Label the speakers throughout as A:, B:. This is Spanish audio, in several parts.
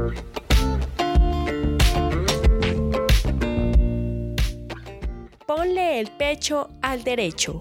A: Ponle el pecho al derecho.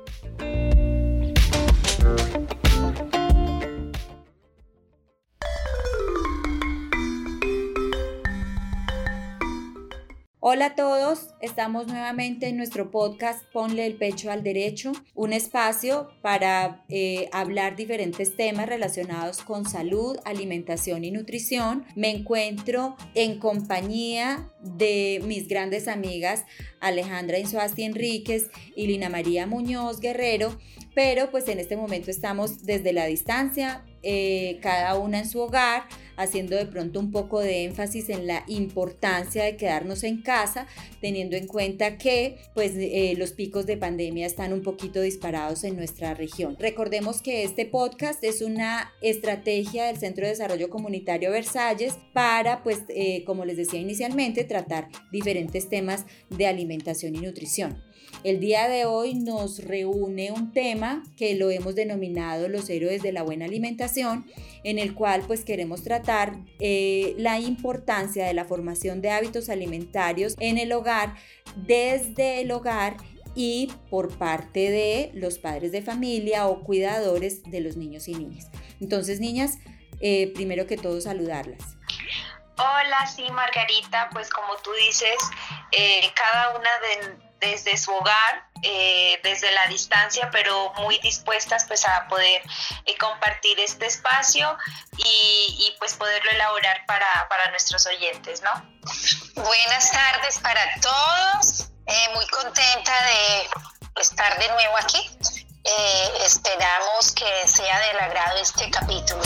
B: Hola a todos, estamos nuevamente en nuestro podcast Ponle el pecho al derecho, un espacio para hablar diferentes temas relacionados con salud, alimentación y nutrición. Me encuentro en compañía de mis grandes amigas Alejandra Insuasti Enríquez y Lina María Muñoz Guerrero, pero pues en este momento estamos desde la distancia, cada una en su hogar, haciendo de pronto un poco de énfasis en la importancia de quedarnos en casa, teniendo en cuenta que pues, los picos de pandemia están un poquito disparados en nuestra región. Recordemos que este podcast es una estrategia del Centro de Desarrollo Comunitario Versalles para, pues, como les decía inicialmente, tratar diferentes temas de alimentación y nutrición. El día de hoy nos reúne un tema que lo hemos denominado los héroes de la buena alimentación, en el cual pues queremos tratar la importancia de la formación de hábitos alimentarios en el hogar, desde el hogar y por parte de los padres de familia o cuidadores de los niños y niñas. Entonces, niñas, primero que todo saludarlas.
C: Hola, sí, Margarita, pues como tú dices, cada una desde su hogar, desde la distancia, pero muy dispuestas pues a poder compartir este espacio y pues poderlo elaborar para nuestros oyentes, ¿no?
D: Buenas tardes para todos, muy contenta de estar de nuevo aquí, esperamos que sea del agrado este capítulo.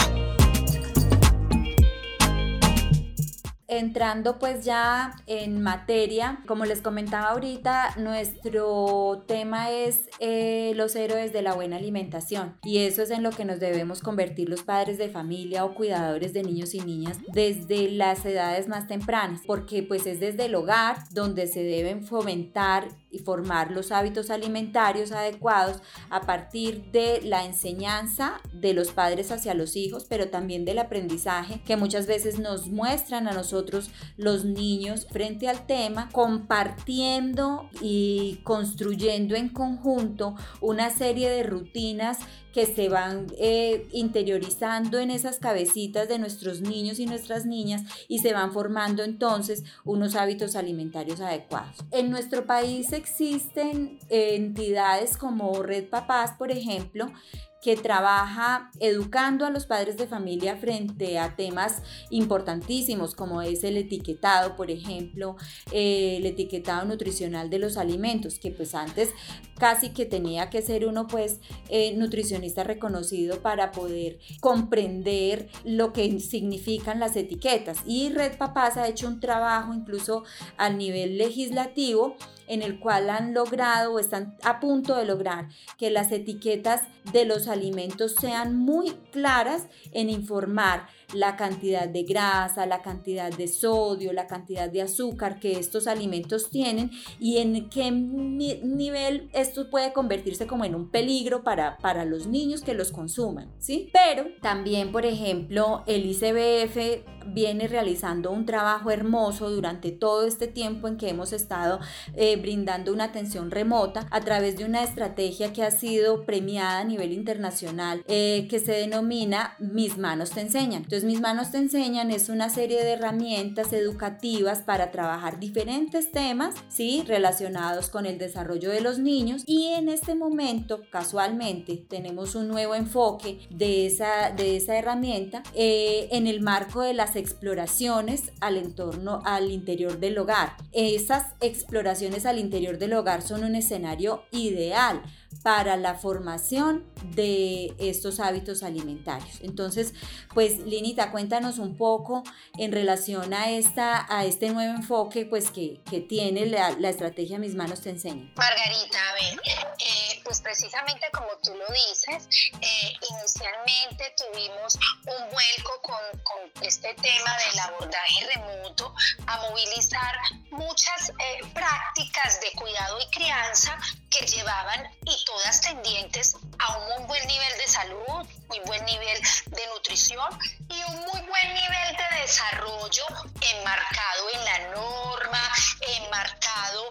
B: Entrando pues ya en materia, como les comentaba ahorita, nuestro tema es los héroes de la buena alimentación, y eso es en lo que nos debemos convertir los padres de familia o cuidadores de niños y niñas desde las edades más tempranas, porque pues es desde el hogar donde se deben fomentar y formar los hábitos alimentarios adecuados a partir de la enseñanza de los padres hacia los hijos, pero también del aprendizaje que muchas veces nos muestran a nosotros los niños frente al tema, compartiendo y construyendo en conjunto una serie de rutinas que se van interiorizando en esas cabecitas de nuestros niños y nuestras niñas, y se van formando entonces unos hábitos alimentarios adecuados. En nuestro país existen entidades como Red Papás, por ejemplo, que trabaja educando a los padres de familia frente a temas importantísimos como es el etiquetado, por ejemplo, el etiquetado nutricional de los alimentos, que pues antes casi que tenía que ser uno pues nutricionista reconocido para poder comprender lo que significan las etiquetas, y Red Papás ha hecho un trabajo incluso a nivel legislativo en el cual han logrado o están a punto de lograr que las etiquetas de los alimentos sean muy claras en informar la cantidad de grasa, la cantidad de sodio, la cantidad de azúcar que estos alimentos tienen y en qué nivel esto puede convertirse como en un peligro para los niños que los consuman, ¿sí? Pero también, por ejemplo, el ICBF viene realizando un trabajo hermoso durante todo este tiempo en que hemos estado brindando una atención remota a través de una estrategia que ha sido premiada a nivel internacional, que se denomina Mis Manos Te Enseñan. Entonces, Mis Manos Te Enseñan es una serie de herramientas educativas para trabajar diferentes temas, ¿sí?, relacionados con el desarrollo de los niños, y en este momento, casualmente, tenemos un nuevo enfoque de esa herramienta en el marco de las exploraciones al interior del hogar. Esas exploraciones al interior del hogar son un escenario ideal para la formación de estos hábitos alimentarios. Entonces, pues Linita, cuéntanos un poco en relación a este nuevo enfoque pues que tiene la estrategia Mis Manos Te Enseñan.
D: Margarita, a ver, pues precisamente como tú lo dices, inicialmente tuvimos un vuelco con este tema del abordaje remoto a movilizar muchas prácticas de cuidado y crianza que llevaban y todas tendientes a un muy buen nivel de salud, muy buen nivel de nutrición y un muy buen nivel de desarrollo desarrollo enmarcado en la norma, enmarcado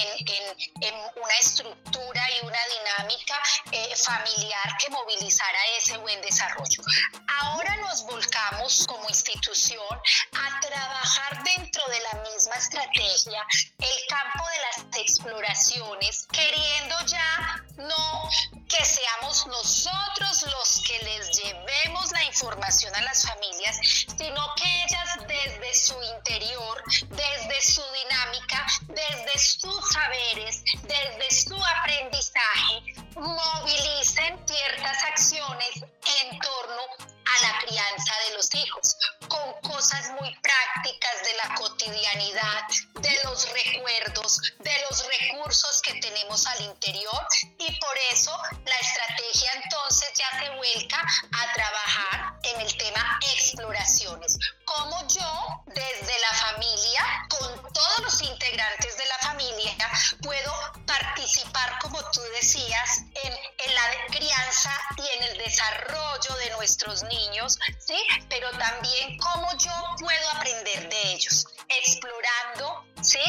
D: en una estructura y una dinámica familiar que movilizara ese buen desarrollo. Ahora nos volcamos como institución a trabajar dentro de la misma estrategia el campo de las exploraciones, queriendo ya no que seamos nosotros los que les llevemos la información a las familias, sino que ellas desde su interior, desde su dinámica, desde sus saberes, desde su aprendizaje, movilicen ciertas acciones en torno a la crianza de los hijos, con cosas muy prácticas de la cotidianidad, de los recuerdos, de los recursos que tenemos al interior, y por eso la estrategia entonces ya se vuelca a trabajar en el tema exploraciones. Cómo yo, desde la familia, con todos los integrantes de la familia, puedo participar, como tú decías, en la crianza y en el desarrollo de nuestros niños, ¿sí? Pero también cómo yo puedo aprender de ellos, explorando, ¿sí?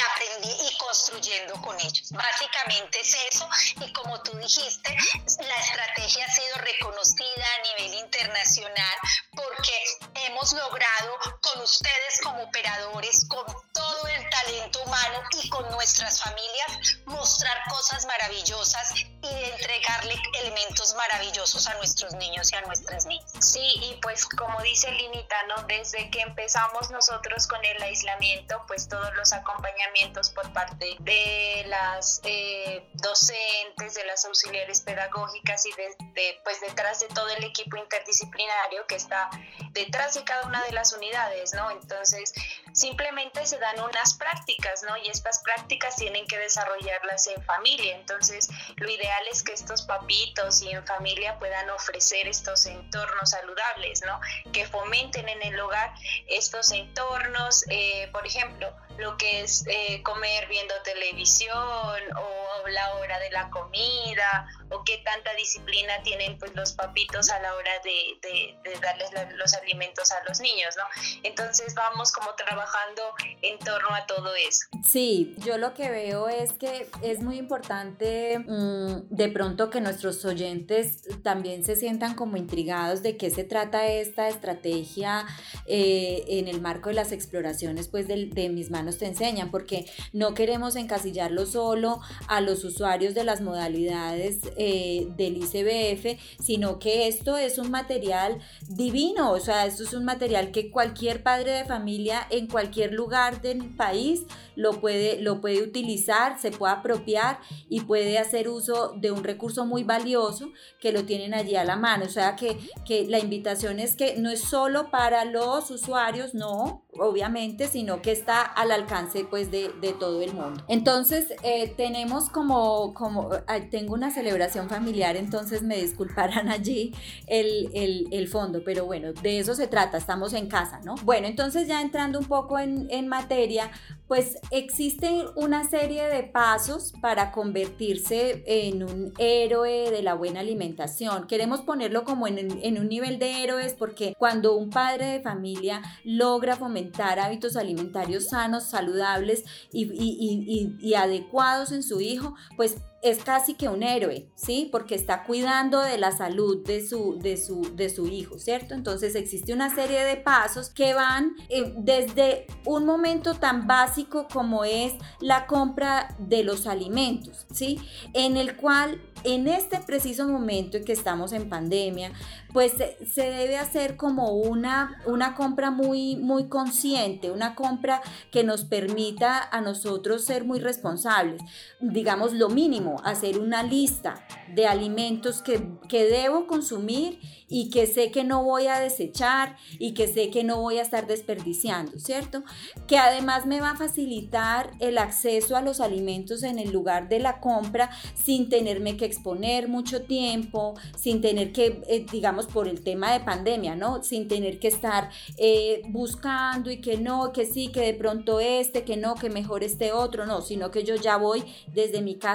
D: Y construyendo con ellos. Básicamente es eso, y como tú dijiste, la estrategia ha sido reconocida a nivel internacional porque hemos logrado con ustedes como operadores, con todo el talento humano y con nuestras familias, mostrar cosas maravillosas y entregarle elementos maravillosos a nuestros niños y a nuestras niñas.
C: Sí, y pues como dice Linita, ¿no? Desde que empezamos nosotros con el aislamiento, pues todos los acompañamientos por parte de las docentes, de las auxiliares pedagógicas y pues detrás de todo el equipo interdisciplinario que está detrás de cada una de las unidades, ¿no? Entonces, simplemente se dan unas prácticas, ¿no? Y estas prácticas tienen que desarrollarlas en familia. Entonces, lo ideal es que estos papitos y en familia puedan ofrecer estos entornos saludables, ¿no? Que fomenten en el hogar estos entornos, por ejemplo, lo que es comer viendo televisión o la hora de la comida, o qué tanta disciplina tienen pues los papitos a la hora de darles los alimentos a los niños, ¿no? Entonces vamos como trabajando en torno a todo eso.
B: Sí, yo lo que veo es que es muy importante de pronto que nuestros oyentes también se sientan como intrigados de qué se trata esta estrategia en el marco de las exploraciones pues de Mis Manos Te Enseñan, porque no queremos encasillarlo solo a los usuarios de las modalidades del ICBF, sino que esto es un material divino, o sea, esto es un material que cualquier padre de familia en cualquier lugar del país lo puede utilizar, se puede apropiar y puede hacer uso de un recurso muy valioso que lo tienen allí a la mano. O sea que la invitación es que no es solo para los usuarios, no, obviamente, sino que está al alcance pues de todo el mundo. Entonces tenemos tengo una celebración familiar, entonces me disculparán allí el fondo, pero bueno, de eso se trata, estamos en casa, ¿no? Bueno, entonces ya entrando un poco en materia, pues existen una serie de pasos para convertirse en un héroe de la buena alimentación. Queremos ponerlo como en un nivel de héroes porque cuando un padre de familia logra fomentar hábitos alimentarios sanos, saludables y adecuados en su hijo, pues es casi que un héroe, ¿sí? Porque está cuidando de la salud de su hijo, ¿cierto? Entonces existe una serie de pasos que van desde un momento tan básico como es la compra de los alimentos, ¿sí? En el cual en este preciso momento en que estamos en pandemia, pues se debe hacer como una compra muy, muy consciente, una compra que nos permita a nosotros ser muy responsables. Digamos lo mínimo, hacer una lista de alimentos que debo consumir y que sé que no voy a desechar y que sé que no voy a estar desperdiciando, ¿cierto? Que además me va a facilitar el acceso a los alimentos en el lugar de la compra sin tenerme que exponer mucho tiempo, sin tener que, digamos, por el tema de pandemia, ¿no? Sin tener que estar buscando y que no, que sí, que de pronto que no, que mejor otro, no, sino que yo ya voy desde mi casa con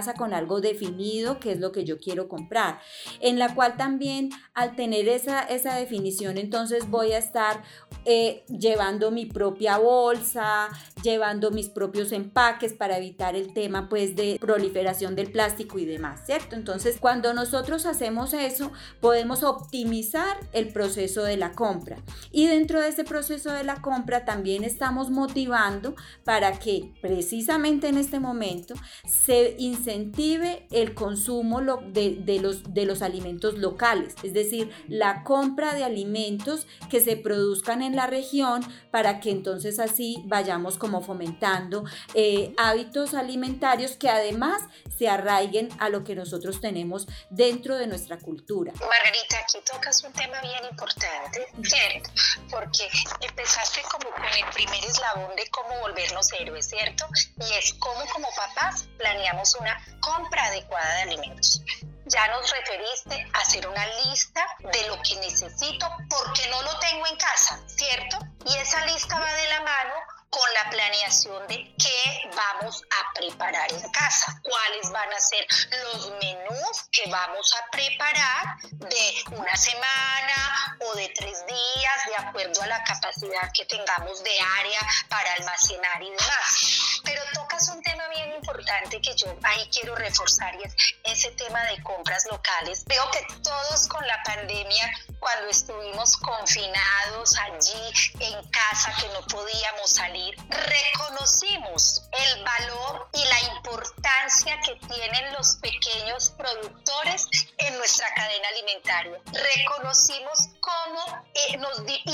B: algo definido, qué es lo que yo quiero comprar, en la cual también al tener esa definición, entonces voy a estar llevando mi propia bolsa, llevando mis propios empaques para evitar el tema pues de proliferación del plástico y demás, ¿cierto? Entonces, cuando nosotros hacemos eso, podemos optimizar el proceso de la compra, y dentro de ese proceso de la compra también estamos motivando para que precisamente en este momento se incentive el consumo de los alimentos locales, es decir, la compra de alimentos que se produzcan en la región, para que entonces así vayamos como fomentando hábitos alimentarios que además se arraiguen a lo que nosotros tenemos dentro de nuestra cultura.
D: Margarita, aquí tocas un tema bien importante, ¿cierto? Porque empezaste como con el primer eslabón de cómo volvernos héroes, ¿cierto? Y es cómo como papás planeamos una compra adecuada de alimentos. Ya nos referiste a hacer una lista de lo que necesito porque no lo tengo en casa, ¿cierto? Y esa lista va de la mano con la planeación de qué vamos a preparar en casa, cuáles van a ser los menús que vamos a preparar de una semana o de 3 días, de acuerdo a la capacidad que tengamos de área para almacenar y demás. Pero tocas un tema bien importante que yo ahí quiero reforzar, y es ese tema de compras locales. Veo que todos con la pandemia, cuando estuvimos confinados allí en casa, que no podíamos salir, reconocimos el valor y la importancia que tienen los pequeños productores en nuestra cadena alimentaria. Reconocimos cómo y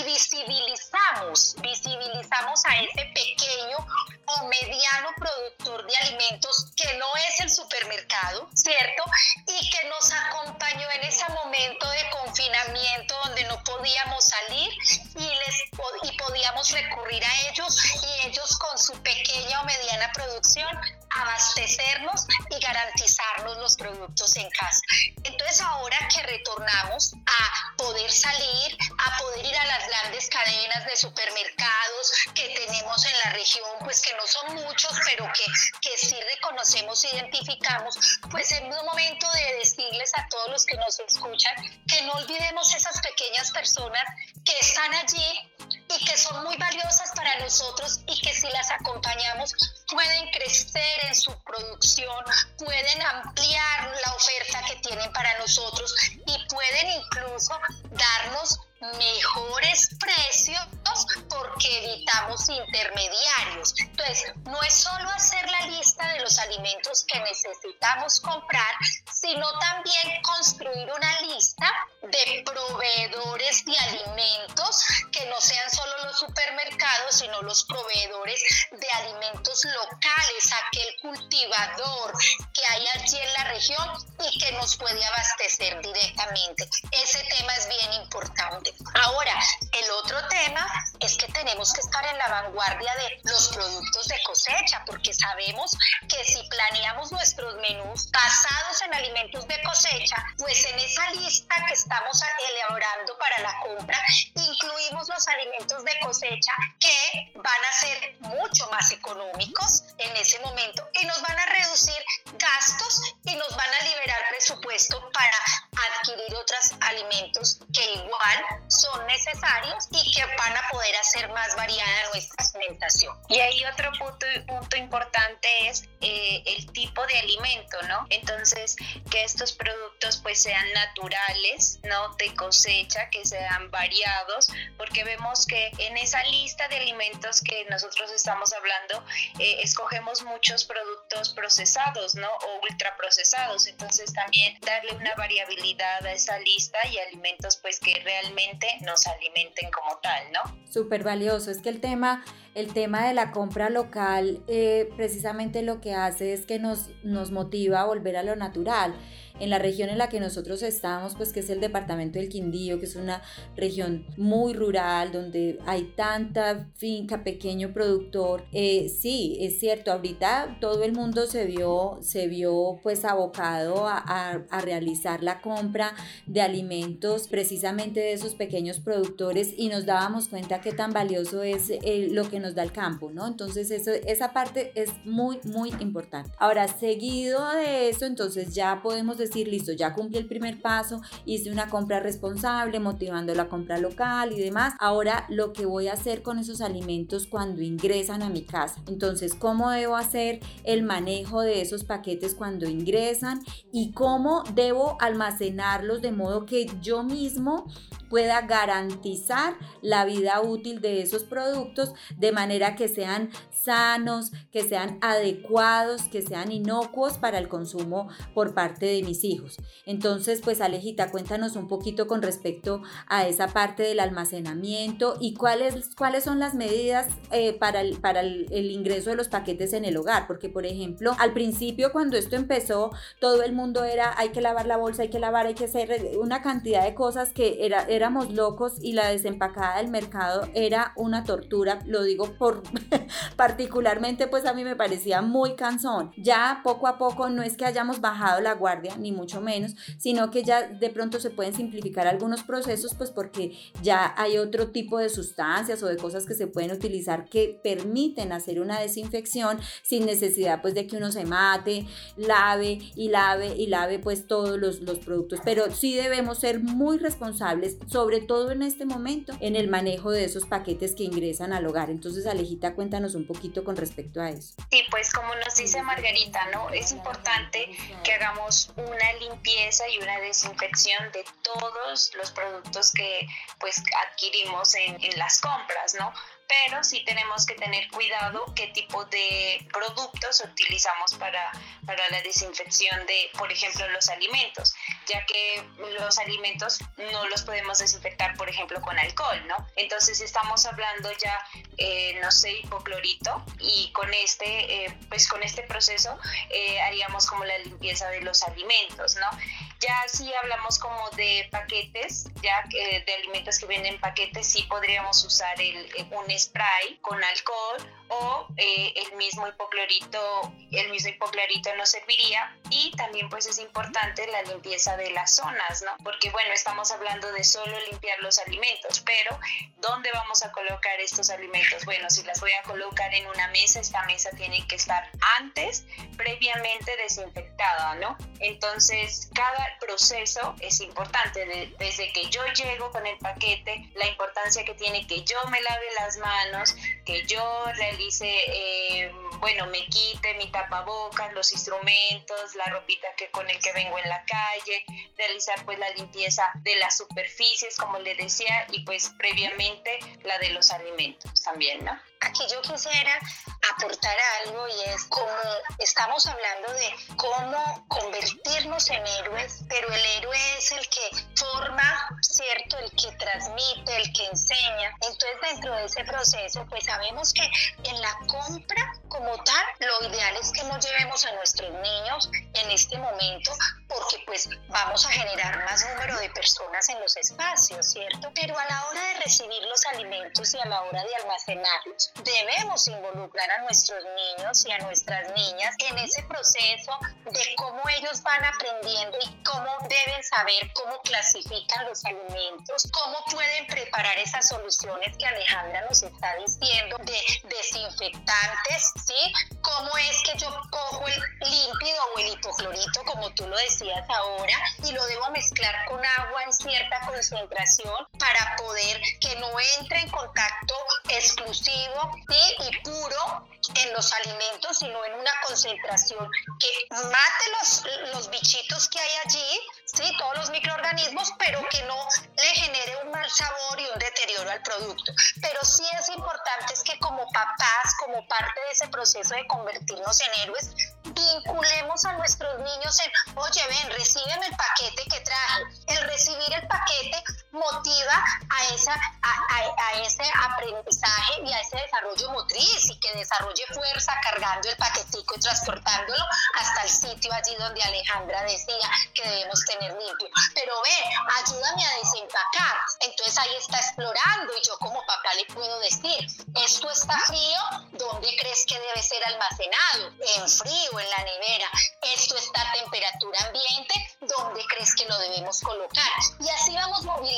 D: visibilizamos a ese pequeño o mediano productor de alimentos que no es el supermercado, ¿cierto? Y que nos acompañó en ese momento de confinamiento donde no podíamos salir y podíamos recurrir a ellos, y ellos con su pequeña o mediana producción abastecernos y garantizarnos los productos en casa. Entonces, ahora que retornamos a poder salir, a poder ir a las grandes cadenas de supermercados que tenemos en la región, pues que no son muchos, pero que sí reconocemos, identificamos, pues es un momento de decirles a todos los que nos escuchan que no olvidemos esas pequeñas personas que están allí y que son muy valiosas para nosotros, y que si las acompañamos pueden crecer en su producción, pueden ampliar la oferta que tienen para nosotros y pueden incluso darnos mejores precios porque evitamos intermediarios. Entonces, no es solo hacer la lista de los alimentos que necesitamos comprar, sino también construir una lista de proveedores de alimentos que no sean solo los supermercados, sino los proveedores de alimentos locales, aquel cultivador que hay allí en la región y que nos puede abastecer directamente. Ese tema es bien importante. Ahora, el otro tema es que tenemos que estar en la vanguardia de los productos de cosecha, porque sabemos que si planeamos nuestros menús basados en alimentos de cosecha, pues en esa lista que estamos elaborando para la compra, incluimos los alimentos de cosecha que van a ser mucho más económicos en ese momento y nos van a reducir gastos y nos van a liberar presupuesto para adquirir otros alimentos que igual son necesarios y que van a poder hacer más variada nuestra alimentación.
C: Y ahí otro punto importante es el tipo de alimento, ¿no? Entonces, que estos productos pues sean naturales, ¿no? De cosecha, que sean variados, porque vemos que en esa lista de alimentos que nosotros estamos hablando, escogemos muchos productos procesados, ¿no? O ultraprocesados. Entonces, también darle una variabilidad a esa lista y alimentos pues que realmente nos alimenten como tal, ¿no?
B: Súper valioso. Es que el tema de la compra local precisamente lo que hace es que nos motiva a volver a lo natural. En la región en la que nosotros estamos, pues que es el departamento del Quindío, que es una región muy rural, donde hay tanta finca, pequeño productor. Sí, es cierto, ahorita todo el mundo se vio pues abocado a realizar la compra de alimentos precisamente de esos pequeños productores, y nos dábamos cuenta que tan valioso es lo que nos da el campo, ¿no? Entonces esa parte es muy, muy importante. Ahora, seguido de eso, entonces ya podemos decir, listo, ya cumplí el primer paso, hice una compra responsable, motivando la compra local y demás. Ahora, lo que voy a hacer con esos alimentos cuando ingresan a mi casa. Entonces, ¿cómo debo hacer el manejo de esos paquetes cuando ingresan y cómo debo almacenarlos de modo que yo mismo pueda garantizar la vida útil de esos productos de manera que sean sanos, que sean adecuados, que sean inocuos para el consumo por parte de mis hijos? Entonces, pues Alejita, cuéntanos un poquito con respecto a esa parte del almacenamiento y cuáles son las medidas para el ingreso de los paquetes en el hogar, porque por ejemplo, al principio cuando esto empezó, todo el mundo era, hay que lavar la bolsa, hay que hacer una cantidad de cosas que éramos locos, y la desempacada del mercado era una tortura, lo digo por particularmente, pues a mí me parecía muy cansón. Ya poco a poco no es que hayamos bajado la guardia, ni mucho menos, sino que ya de pronto se pueden simplificar algunos procesos, pues porque ya hay otro tipo de sustancias o de cosas que se pueden utilizar que permiten hacer una desinfección sin necesidad pues de que uno se mate, lave pues todos los productos. Pero sí debemos ser muy responsables, sobre todo en este momento, en el manejo de esos paquetes que ingresan al hogar. Entonces, Alejita, cuéntanos un poquito con respecto a eso.
C: Sí, pues como nos dice Margarita, ¿no? Es importante que hagamos una limpieza y una desinfección de todos los productos que pues adquirimos en las compras, ¿no? Pero sí tenemos que tener cuidado qué tipo de productos utilizamos para la desinfección de, por ejemplo, los alimentos, ya que los alimentos no los podemos desinfectar, por ejemplo, con alcohol, ¿no? Entonces estamos hablando ya, no sé, hipoclorito, y con este proceso haríamos como la limpieza de los alimentos, ¿no? Ya si hablamos como de paquetes, ya de alimentos que vienen en paquetes, sí podríamos usar un spray con alcohol o el mismo hipoclorito nos serviría. Y también pues es importante la limpieza de las zonas, ¿no? Porque bueno, estamos hablando de solo limpiar los alimentos, pero ¿dónde vamos a colocar estos alimentos? Bueno, si las voy a colocar en una mesa, esta mesa tiene que estar previamente desinfectada, ¿no? Entonces, cada proceso es importante, desde que yo llego con el paquete, la importancia que tiene que yo me lave las manos, que yo realice, me quite mi tapabocas, los instrumentos, la ropita con el que vengo en la calle, realizar pues la limpieza de las superficies, como le decía, y pues previamente la de los alimentos también, ¿no?
D: Aquí yo quisiera aportar algo, y es como estamos hablando de cómo convertirnos en héroes, pero el héroe es el que forma, ¿cierto? El que transmite, el que enseña. Entonces, dentro de ese proceso, pues sabemos que en la compra como tal, lo ideal es que no llevemos a nuestros niños en este momento, porque pues vamos a generar más número de personas en los espacios, ¿cierto? Pero a la hora de recibir los alimentos y a la hora de almacenarlos, debemos involucrar a nuestros niños y a nuestras niñas en ese proceso de cómo ellos van aprendiendo y cómo deben saber cómo clasifican los alimentos, cómo pueden preparar esas soluciones que Alejandra nos está diciendo de desinfectantes, ¿sí? Cómo es que yo cojo el límpido o el hipoclorito, como tú lo decías ahora, y lo debo mezclar con agua en cierta concentración para poder que no entre en contacto exclusivo, ¿sí? Y puro en los alimentos, sino en una concentración que mate los bichitos que hay allí, ¿sí? Todos los microorganismos, pero que no le genere un mal sabor y un deterioro al producto. Pero sí es importante es que como papás, como parte de ese proceso de convertirnos en héroes, vinculemos a nuestros niños en, oye, ven, recíbeme el paquete que traje. El recibir el paquete motiva a ese aprendizaje y a ese desarrollo motriz, y que desarrolle fuerza cargando el paquetico y transportándolo hasta el sitio allí donde Alejandra decía que debemos tener limpio. Pero ven, ayúdame a desempacar. Entonces ahí está explorando, y yo como papá le puedo decir, esto está frío, ¿dónde crees que debe ser almacenado? En frío, en la nevera. Esto está a temperatura ambiente, ¿dónde crees que lo debemos colocar? Y así vamos movilizando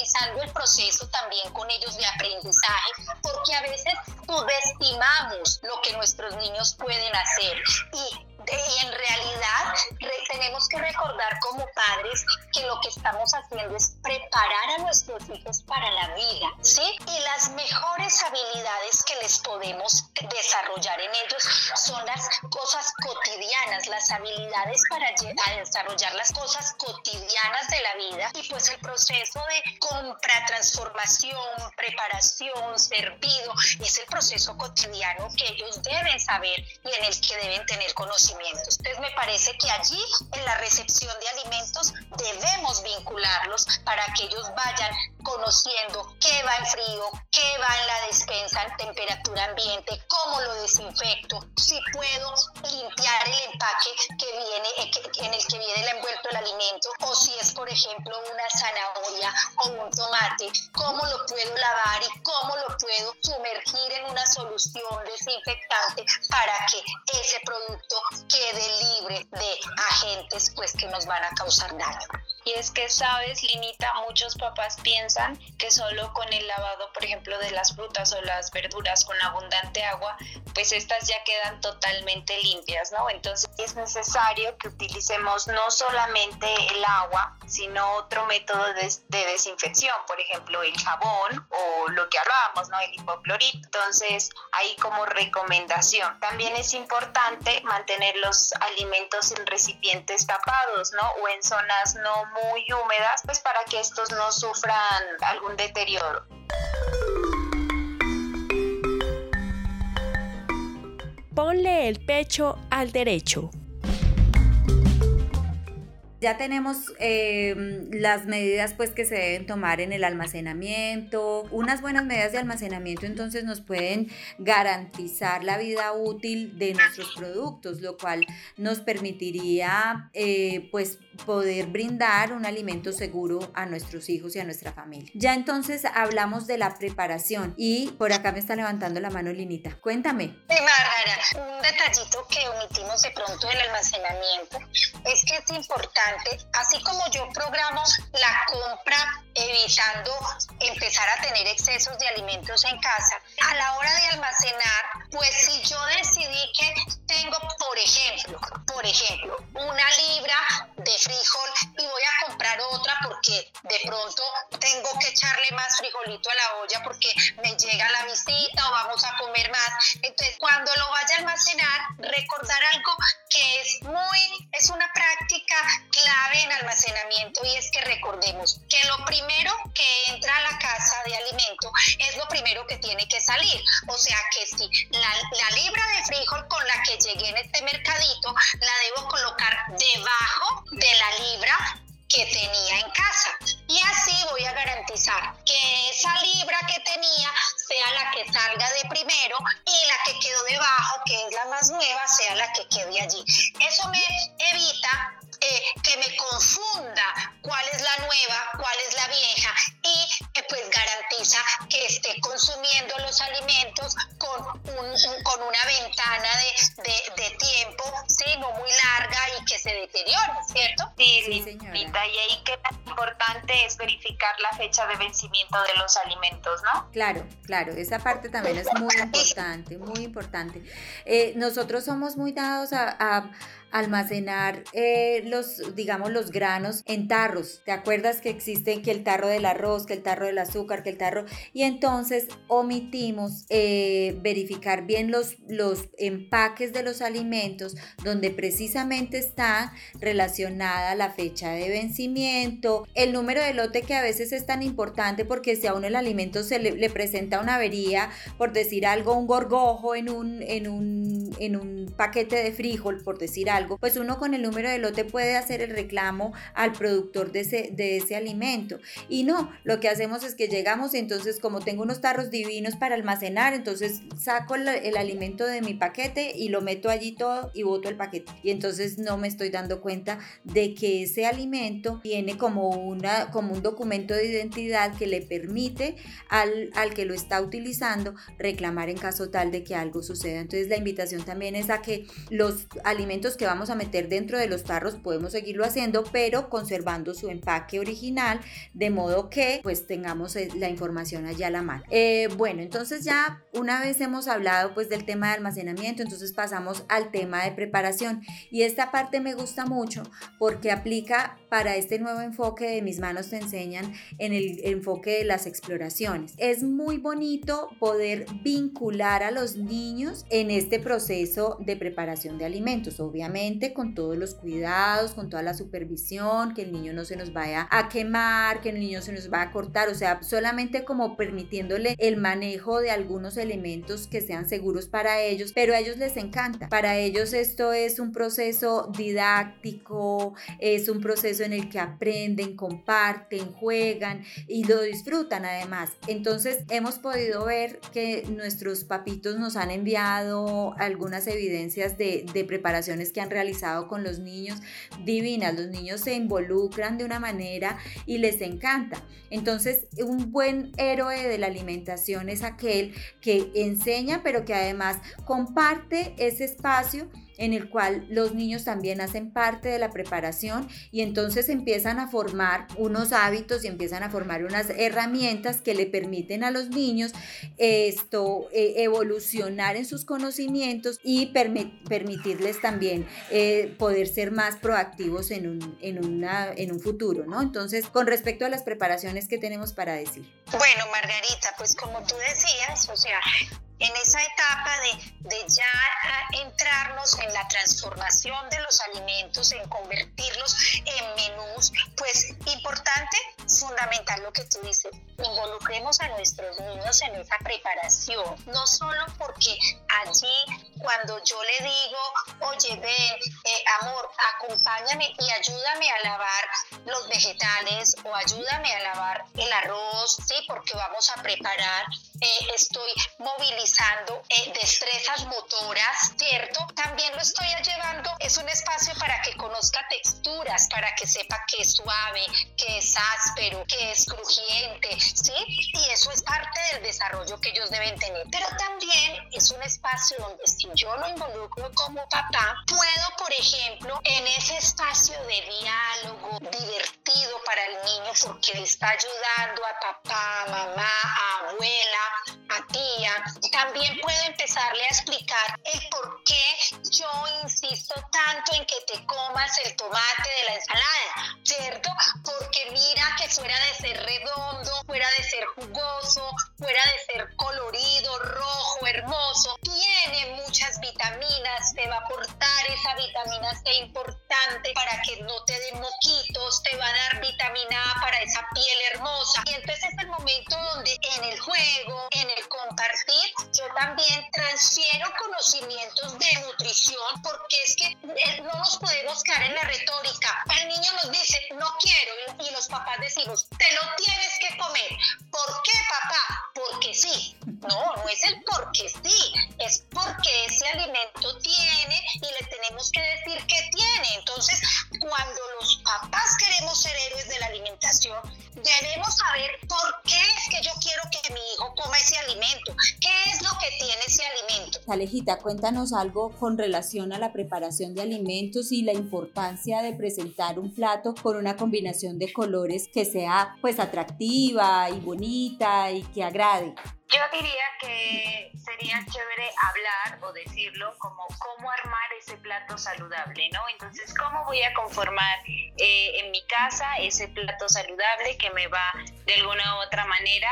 D: minimizando el proceso también con ellos de aprendizaje, porque a veces subestimamos lo que nuestros niños pueden hacer y en realidad tenemos que recordar como padres que lo que estamos haciendo es preparar a nuestros hijos para la vida, ¿sí? Y las mejores habilidades que les podemos desarrollar en ellos son las cosas cotidianas, las habilidades para desarrollar las cosas cotidianas de la vida, y pues el proceso de compra, transformación, preparación, servido, es el proceso cotidiano que ellos deben saber y en el que deben tener conocimiento. Entonces me parece que allí en la recepción de alimentos debemos vincularlos para que ellos vayan conociendo qué va en frío, qué va en la despensa en temperatura ambiente, cómo lo desinfecto, si puedo limpiar el empaque en el que viene envuelto el alimento, o si es por ejemplo una zanahoria o un tomate, cómo lo puedo lavar y cómo lo puedo sumergir en una solución desinfectante para que ese producto quede libre de agentes pues que nos van a causar daño.
C: Y es que, sabes, Linita, muchos papás piensan que solo con el lavado, por ejemplo, de las frutas o las verduras con abundante agua, pues estas ya quedan totalmente limpias, ¿no? Entonces es necesario que utilicemos no solamente el agua, sino otro método de desinfección, por ejemplo, el jabón o lo que hablábamos, ¿no? El hipoclorito. Entonces, ahí como recomendación. También es importante mantener los alimentos en recipientes tapados, ¿no? O en zonas no muy húmedas, pues para que estos no sufran algún deterioro.
A: Ponle el pecho al derecho.
B: Ya tenemos las medidas pues que se deben tomar en el almacenamiento. Unas buenas medidas de almacenamiento entonces nos pueden garantizar la vida útil de nuestros productos, lo cual nos permitiría pues poder brindar un alimento seguro a nuestros hijos y a nuestra familia. Ya entonces hablamos de la preparación y por acá me está levantando la mano Linita. Cuéntame.
D: Sí, Margarita, un detallito que omitimos de pronto del almacenamiento es que es importante, así como yo programo la compra evitando empezar a tener excesos de alimentos en casa, a la hora de almacenar, pues si yo decidí que tengo, por ejemplo, una libra de frijol y voy a comprar otra porque de pronto tengo que echarle más frijolito a la olla porque me llega la visita o vamos a comer más. Entonces, cuando lo vaya a almacenar, recordar algo que es una práctica clave en almacenamiento, y es que recordemos que lo primero que entra a la casa de alimento es lo primero que tiene que salir. O sea que si la libra de frijol con la que llegué en este mercadito la debo colocar debajo de la libra que tenía en casa, y así voy a garantizar que esa libra que tenía sea la que salga de primero y la que quedó debajo, que es la más nueva, sea la que quede allí. Eso me evita que me confunda cuál es la nueva, cuál es la vieja, y pues garantiza que esté consumiendo los alimentos con una ventana de tiempo, ¿sí? No muy larga y que se deteriore, ¿cierto?
C: Sí, señorita. Y ahí que tan importante es verificar la fecha de vencimiento de los alimentos, ¿no?
B: Claro, esa parte también es muy importante, muy importante. Nosotros somos muy dados a almacenar los granos en tarros. ¿Te acuerdas que existen que el tarro del arroz, que el tarro del azúcar, que el tarro? Y entonces omitimos verificar bien los empaques de los alimentos donde precisamente está relacionada la fecha de vencimiento, el número de lote, que a veces es tan importante porque si a uno el alimento se le presenta una avería, por decir algo, un gorgojo en un paquete de frijol, por decir algo, pues uno con el número de lote puede hacer el reclamo al productor de ese alimento. Y no, lo que hacemos es que llegamos y entonces, como tengo unos tarros divinos para almacenar, entonces saco el alimento de mi paquete y lo meto allí todo y boto el paquete. Y entonces no me estoy dando cuenta de que ese alimento tiene como un documento de identidad que le permite al que lo está utilizando reclamar en caso tal de que algo suceda. Entonces la invitación también es a que los alimentos que vamos a meter dentro de los tarros podemos seguirlo haciendo, pero conservando su empaque original, de modo que pues tengamos la información allá a la mano. Bueno, entonces ya una vez hemos hablado pues del tema de almacenamiento, entonces pasamos al tema de preparación, y esta parte me gusta mucho porque aplica para este nuevo enfoque de Mis Manos Te Enseñan, en el enfoque de las exploraciones. Es muy bonito poder vincular a los niños en este proceso de preparación de alimentos, obviamente con todos los cuidados, con toda la supervisión, que el niño no se nos vaya a quemar, que el niño se nos vaya a cortar, o sea, solamente como permitiéndole el manejo de algunos elementos que sean seguros para ellos, pero a ellos les encanta. Para ellos esto es un proceso didáctico, es un proceso en el que aprenden, comparten, juegan y lo disfrutan además. Entonces hemos podido ver que nuestros papitos nos han enviado algunas evidencias de preparaciones que han realizado con los niños divinas. Los niños se involucran de una manera y les encanta. Entonces un buen héroe de la alimentación es aquel que enseña, pero que además comparte ese espacio en el cual los niños también hacen parte de la preparación, y entonces empiezan a formar unos hábitos y empiezan a formar unas herramientas que le permiten a los niños evolucionar en sus conocimientos y permitirles también poder ser más proactivos en un futuro, ¿no? Entonces, con respecto a las preparaciones, ¿qué tenemos para decir?
D: Bueno, Margarita, pues como tú decías, o sea, en esa etapa de ya entrarnos en la transformación de los alimentos, en convertirlos en menús, pues importante, fundamental lo que tú dices, involucremos a nuestros niños en esa preparación, no solo porque allí cuando yo le digo, oye, ven, amor, acompáñame y ayúdame a lavar los vegetales o ayúdame a lavar el arroz, sí, porque vamos a preparar, estoy movilizando destrezas motoras, ¿cierto? También lo estoy llevando, es un espacio para que conozca texturas, para que sepa que es suave, que es áspero, que es crujiente, ¿sí? Y eso es parte del desarrollo que ellos deben tener. Pero también es un espacio donde si yo lo involucro como papá, puedo, por ejemplo, en ese espacio de diálogo divertido para el niño, porque le está ayudando a papá, mamá, a abuela, a tía, también puedo empezarle a explicar el por qué yo insisto tanto en que te comas el tomate de la ensalada, ¿cierto? Porque mira que fuera de ser redondo, fuera de ser jugoso, fuera de ser colorido, rojo, hermoso, tiene muchas vitaminas, te va a aportar esa vitamina C importante para que no te den moquitos, te va a dar vitamina A para esa piel hermosa. Y entonces es el momento donde en el juego, en el compartir, yo también transfiero conocimientos de nutrición, porque es que no nos podemos quedar en la retórica. El niño nos dice, no quiero, y los papás decimos, te lo tienes que comer. ¿Por qué, papá? Porque sí. No, no es el porque sí, es porque ese alimento tiene y le tenemos que decir que tiene. Entonces, cuando los papás queremos ser héroes de la alimentación, debemos saber por qué es que yo quiero que mi hijo coma ese alimento, qué es lo que tiene ese alimento.
B: Alejita, cuéntanos algo con relación a la preparación de alimentos y la importancia de presentar un plato con una combinación de colores que sea pues atractiva y bonita y que agrade.
C: Yo diría que sería chévere hablar o decirlo como cómo armar ese plato saludable, ¿no? Entonces, ¿cómo voy a conformar en mi casa ese plato saludable que me va de alguna u otra manera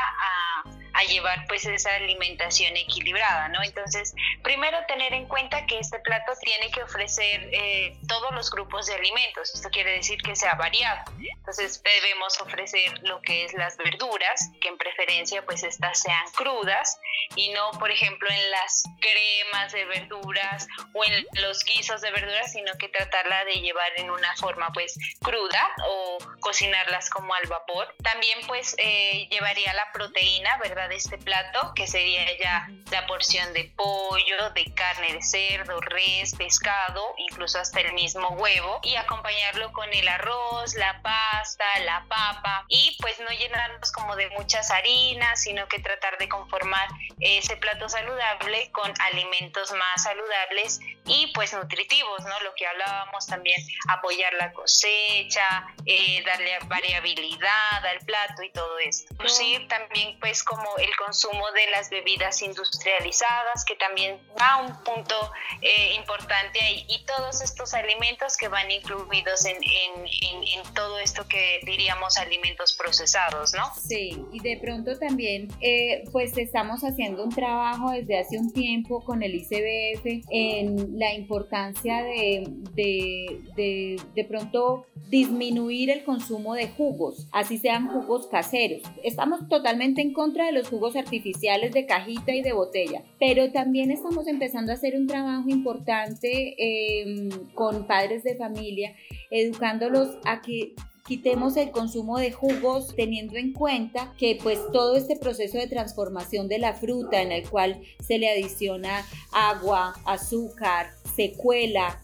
C: a llevar pues esa alimentación equilibrada, ¿no? Entonces, primero tener en cuenta que este plato tiene que ofrecer todos los grupos de alimentos. Esto quiere decir que sea variado. Entonces, debemos ofrecer lo que es las verduras, que en preferencia pues estas sean crudas y no, por ejemplo, en las cremas de verduras o en los guisos de verduras, sino que tratarla de llevar en una forma pues cruda o cocinarlas como al vapor. También pues llevaría la proteína, ¿verdad?, de este plato, que sería ya la porción de pollo, de carne de cerdo, res, pescado, incluso hasta el mismo huevo, y acompañarlo con el arroz, la pasta, la papa, y pues no llenarnos como de muchas harinas, sino que tratar de conformar ese plato saludable con alimentos más saludables y pues nutritivos, ¿no? Lo que hablábamos también, apoyar la cosecha, darle variabilidad al plato y todo esto. Inclusive también pues como el consumo de las bebidas industrializadas, que también va a un punto importante ahí, y todos estos alimentos que van incluidos en todo esto que diríamos alimentos procesados, ¿no?
B: Sí, y de pronto también pues estamos haciendo un trabajo desde hace un tiempo con el ICBF en la importancia de pronto disminuir el consumo de jugos, así sean jugos caseros. Estamos totalmente en contra de los jugos artificiales de cajita y de botella, pero también estamos empezando a hacer un trabajo importante con padres de familia, educándolos a que quitemos el consumo de jugos, teniendo en cuenta que pues todo este proceso de transformación de la fruta, en el cual se le adiciona agua, azúcar, se cuela,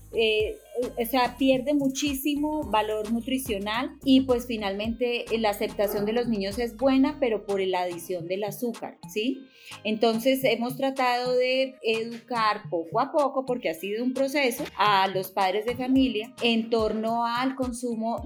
B: o sea, pierde muchísimo valor nutricional, y pues finalmente la aceptación de los niños es buena, pero por la adición del azúcar, ¿sí? Entonces hemos tratado de educar poco a poco, porque ha sido un proceso, a los padres de familia en torno al consumo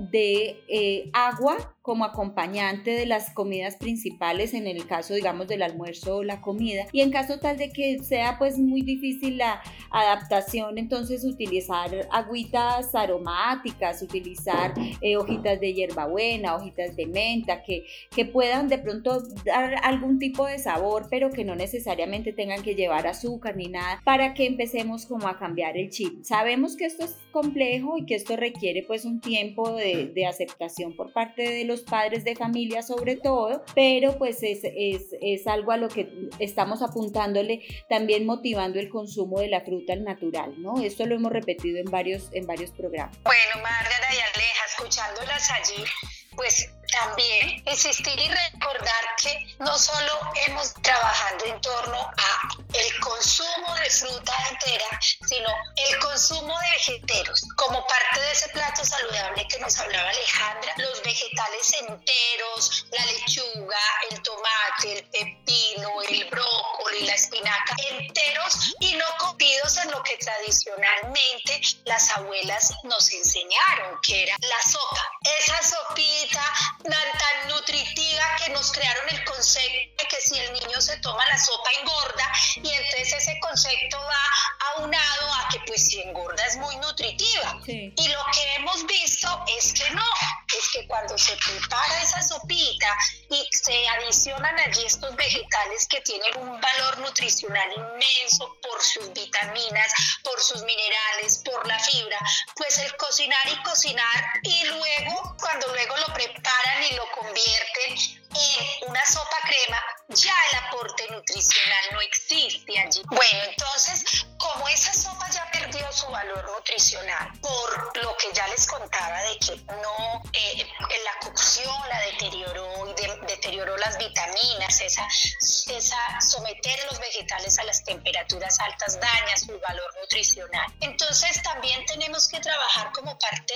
B: de agua como acompañante de las comidas principales, en el caso, digamos, del almuerzo o la comida, y en caso tal de que sea pues muy difícil la adaptación, entonces utilizar agüitas aromáticas, utilizar hojitas de hierbabuena, hojitas de menta, que puedan de pronto dar algún tipo de sabor, pero que no necesariamente tengan que llevar azúcar ni nada, para que empecemos como a cambiar el chip. Sabemos que esto es complejo y que esto requiere pues un tiempo de aceptación por parte de los padres de familia sobre todo, pero pues es algo a lo que estamos apuntándole, también motivando el consumo de la fruta natural, ¿no? Esto lo hemos repetido en varios programas.
D: Bueno, Margarita y Aleja, escuchándolas allí, pues también insistir y recordar que no solo hemos trabajado en torno a el consumo de fruta entera, sino el consumo de vegetales. Como parte de ese plato saludable que nos hablaba Alejandra, los vegetales enteros, la lechuga, el tomate, el pepino, el brócoli, la espinaca, enteros y no cocidos en lo que tradicionalmente las abuelas nos enseñaron, que era la sopa. Esa sopita tan nutritiva que nos crearon el concepto de que si el niño se toma la sopa engorda, y entonces ese concepto va aunado a que pues si engorda es muy nutritiva. Sí. Y lo que hemos visto es que no, es que cuando se prepara esa sopita y se adicionan allí estos vegetales que tienen un valor nutricional inmenso por sus vitaminas, por sus minerales, por la fibra, pues el cocinar y luego cuando luego lo preparan y lo convierten en una sopa crema, ya el aporte nutricional no existe allí. Bueno, entonces, como esa sopa ya perdió su valor nutricional, por lo que ya les contaba de que no, la cocción la deterioró y deterioró las vitaminas, esa someter los vegetales a las temperaturas altas daña su valor nutricional. Entonces, también tenemos que trabajar como parte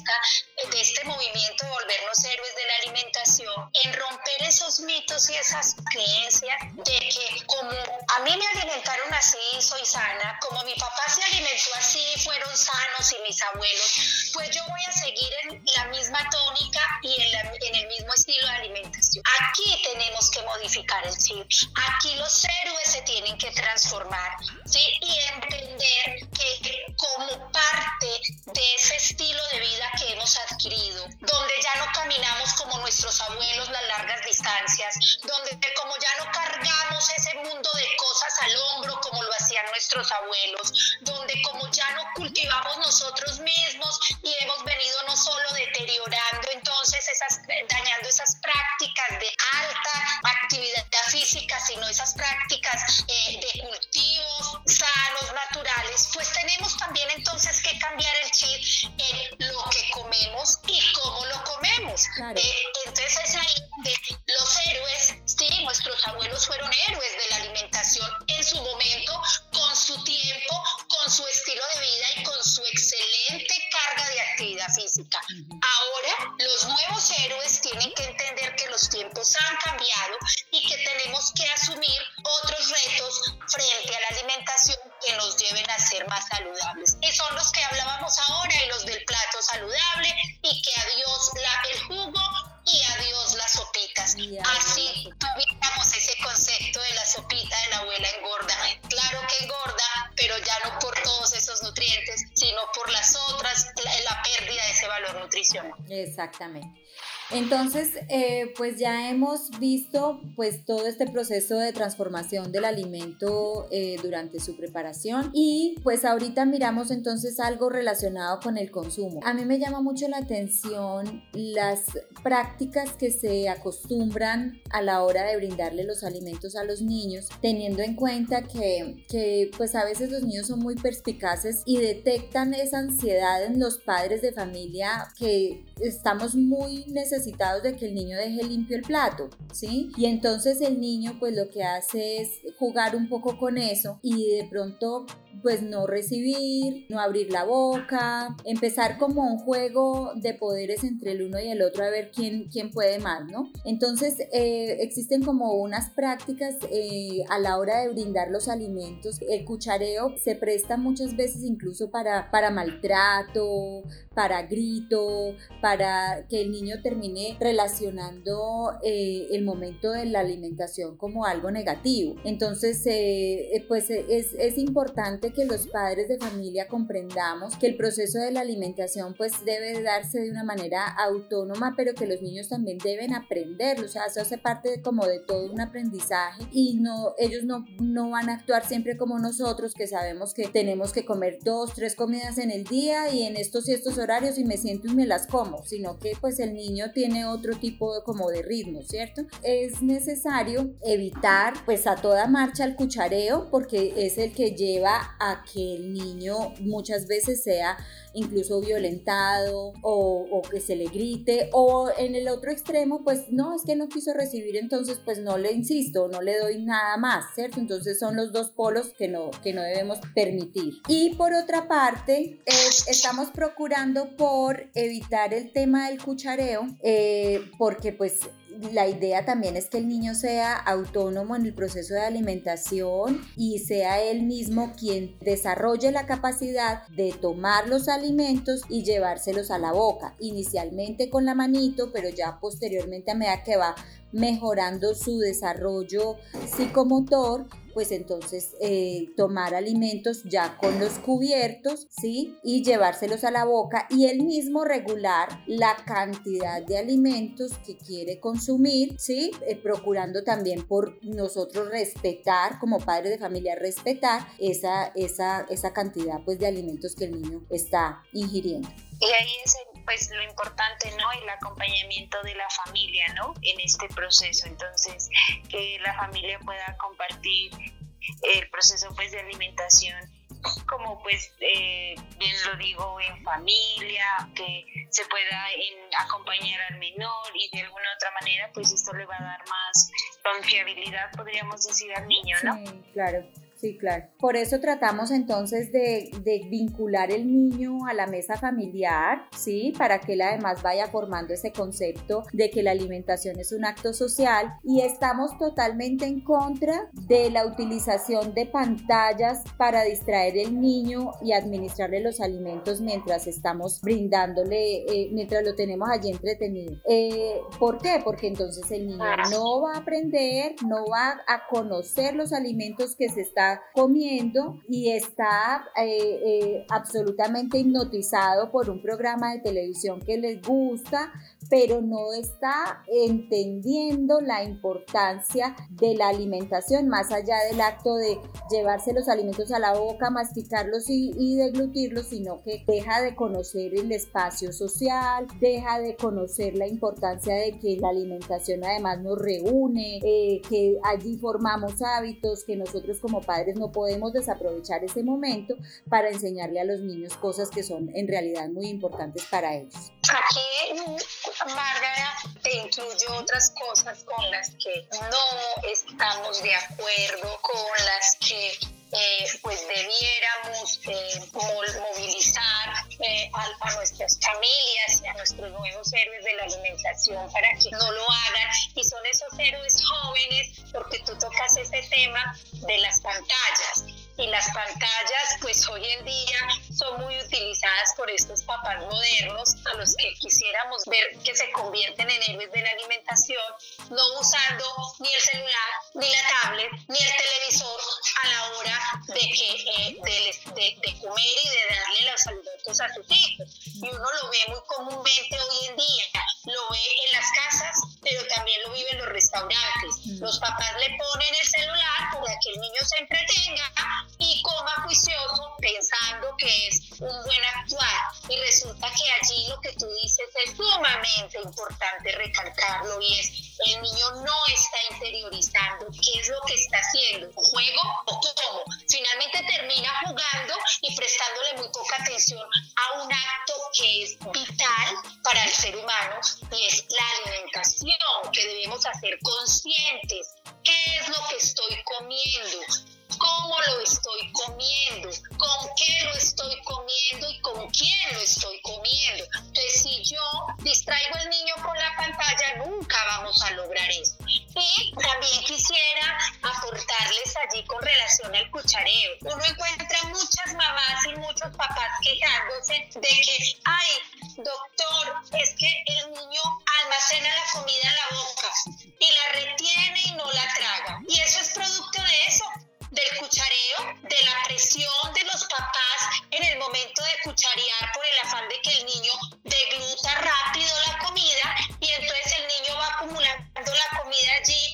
D: de este movimiento de volvernos héroes de la alimentación, en romper esos mitos y esas creencias de que como a mí me alimentaron así, soy sana, como mi papá se alimentó así, fueron sanos, y mis abuelos, pues yo voy a seguir en la misma tónica y en el mismo estilo de alimentación. Aquí tenemos que modificar el chip, aquí los héroes se tienen que transformar, ¿sí? Y entender que como parte de ese estilo de vida que hemos adquirido, donde ya no caminamos como nuestros abuelos las largas distancias, donde como ya no cargamos ese mundo de cosas al hombro como lo hacían nuestros abuelos, donde como ya no cultivamos nosotros mismos y hemos venido no solo deteriorando entonces dañando esas prácticas de alta actividad física, sino esas prácticas de cultivos sanos, naturales, pues tenemos también entonces que cambiar el chip en lo que comemos y cómo lo comemos. Claro. Entonces es ahí donde los héroes, sí, nuestros abuelos fueron héroes de la alimentación en su momento, con su tiempo, con su estilo de vida y con su excelente carga de actividad física. Ahora, los nuevos héroes tienen que entender que los tiempos han cambiado y que tenemos que asumir otros retos
B: Exactamente. Entonces, pues ya hemos visto pues todo este proceso de transformación del alimento durante su preparación, y pues ahorita miramos entonces algo relacionado con el consumo. A mí me llama mucho la atención las prácticas que se acostumbran a la hora de brindarle los alimentos a los niños, teniendo en cuenta que pues a veces los niños son muy perspicaces y detectan esa ansiedad en los padres de familia, que estamos muy necesitados de que el niño deje limpio el plato, ¿sí? Y entonces el niño pues lo que hace es jugar un poco con eso y de pronto pues no recibir, no abrir la boca, empezar como un juego de poderes entre el uno y el otro a ver quién puede más, ¿no? Entonces existen como unas prácticas a la hora de brindar los alimentos. El cuchareo se presta muchas veces incluso para maltrato, para grito, para que el niño termine relacionando el momento de la alimentación como algo negativo. Entonces pues es importante que los padres de familia comprendamos que el proceso de la alimentación pues debe darse de una manera autónoma, pero que los niños también deben aprenderlo. O sea, eso hace parte como de todo un aprendizaje, y ellos no van a actuar siempre como nosotros, que sabemos que tenemos que comer 2, 3 comidas en el día y en estos y estos horarios y me siento y me las como, sino que pues el niño tiene otro tipo como de ritmo, ¿cierto? Es necesario evitar pues a toda marcha el cuchareo, porque es el que lleva a que el niño muchas veces sea incluso violentado o que se le grite, o en el otro extremo pues no, es que no quiso recibir, entonces pues no le insisto, no le doy nada más, ¿cierto? Entonces son los dos polos que no debemos permitir. Y por otra parte estamos procurando por evitar el tema del cuchareo, porque pues la idea también es que el niño sea autónomo en el proceso de alimentación y sea él mismo quien desarrolle la capacidad de tomar los alimentos y llevárselos a la boca, inicialmente con la manito, pero ya posteriormente, a medida que va mejorando su desarrollo psicomotor, pues entonces tomar alimentos ya con los cubiertos, ¿sí? Y llevárselos a la boca, y él mismo regular la cantidad de alimentos que quiere consumir, ¿sí? Procurando también por nosotros respetar, como padres de familia, respetar esa cantidad pues de alimentos que el niño está ingiriendo.
C: Y ahí es pues lo importante, ¿no? El acompañamiento de la familia, ¿no? En este proceso. Entonces, que la familia pueda compartir el proceso pues de alimentación, como pues bien lo digo, en familia, que se pueda acompañar al menor, y de alguna otra manera pues esto le va a dar más confiabilidad, podríamos decir, al niño, ¿no?
B: Sí, claro. Sí, claro. Por eso tratamos entonces de vincular el niño a la mesa familiar, ¿sí? Para que él además vaya formando ese concepto de que la alimentación es un acto social, y estamos totalmente en contra de la utilización de pantallas para distraer al niño y administrarle los alimentos mientras estamos brindándole, mientras lo tenemos allí entretenido. ¿Por qué? Porque entonces el niño no va a aprender, no va a conocer los alimentos que se está comiendo, y está absolutamente hipnotizado por un programa de televisión que les gusta, pero no está entendiendo la importancia de la alimentación más allá del acto de llevarse los alimentos a la boca, masticarlos y deglutirlos, sino que deja de conocer el espacio social, deja de conocer la importancia de que la alimentación además nos reúne, que allí formamos hábitos, que nosotros como padres no podemos desaprovechar ese momento para enseñarle a los niños cosas que son en realidad muy importantes para ellos.
D: Aquí, Márgara, te incluyo otras cosas con las que no estamos de acuerdo, con las que pues debiéramos movilizar a nuestras familias y a nuestros nuevos héroes de la alimentación para que no lo hagan, y son esos héroes jóvenes, porque tú tocas ese tema de las pantallas. Y las pantallas pues hoy en día son muy utilizadas por estos papás modernos a los que quisiéramos ver que se convierten en héroes de la alimentación, no usando ni el celular, ni la tablet, ni el televisor a la hora de comer y de darle los alimentos a sus hijos. y uno lo ve muy comúnmente hoy en día, lo ve en las casas, pero también lo vive en los restaurantes. Los papás le ponen el celular para que el niño se entretenga y coma juicioso pensando que es un buen actuar, y resulta que allí lo que tú dices es sumamente importante recalcarlo, y es el niño no está interiorizando qué es lo que está haciendo, juego o cómo. Finalmente termina jugando y prestándole muy poca atención a un acto que es vital para el ser humano, y es la alimentación, que debemos hacer conscientes. ¿Qué es lo que estoy comiendo? ¿Cómo lo estoy comiendo? ¿Con qué lo estoy comiendo? ¿Y con quién lo estoy comiendo? Entonces, si yo distraigo al niño con la pantalla, nunca vamos a lograr eso. Y también quisiera aportarles allí con relación al cuchareo. Uno encuentra muchas mamás y muchos papás quejándose de que, ay, doctor, es que el niño almacena la comida en la boca y la retiene y no la traga. Y eso es producto de eso, del cuchareo, de la presión de los papás en el momento de cucharear por el afán de que el niño degluta rápido la comida, y entonces el niño va acumulando la comida allí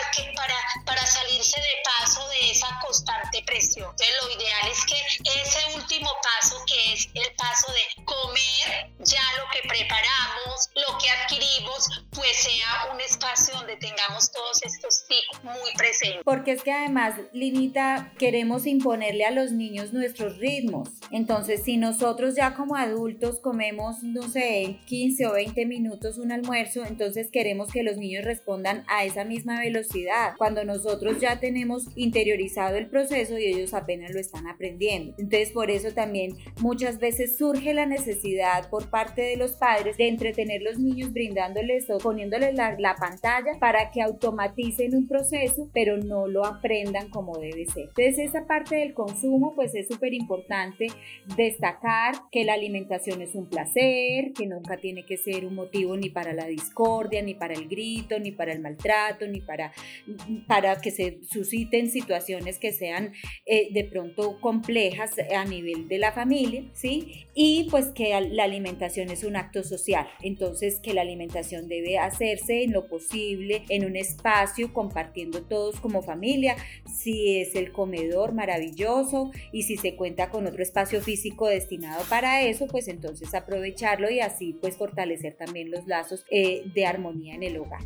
D: para salirse de paso de esa constante presión. Entonces lo ideal es que ese último paso, que es el paso de comer ya lo que preparamos, lo que adquirimos, pues sea un espacio donde tengamos todos estos tics muy presentes.
B: Porque es que además, Linita, queremos imponerle a los niños nuestros ritmos. Entonces, si nosotros ya como adultos comemos, no sé, en 15 o 20 minutos un almuerzo, entonces queremos que los niños respondan a esa misma velocidad, cuando nosotros ya tenemos interiorizado el proceso y ellos apenas lo están aprendiendo. Entonces, por eso también muchas veces surge la necesidad por parte de los padres de entretener a los niños brindándoles o poniéndoles la pantalla para que automaticen un proceso, pero no lo aprendan como debe ser. Entonces, esa parte del consumo, pues es súper importante destacar que la alimentación es un placer, que nunca tiene que ser un motivo ni para la discordia, ni para el grito, ni para el maltrato, ni para que se susciten situaciones que sean de pronto complejas a nivel de la familia, ¿sí? Y pues que la alimentación es un acto social, entonces que la alimentación debe hacerse en lo posible en un espacio compartiendo todos como familia. Si es el comedor, maravilloso, y si se cuenta con otro espacio físico destinado para eso, pues entonces aprovecharlo y así pues fortalecer también los lazos de armonía en el hogar.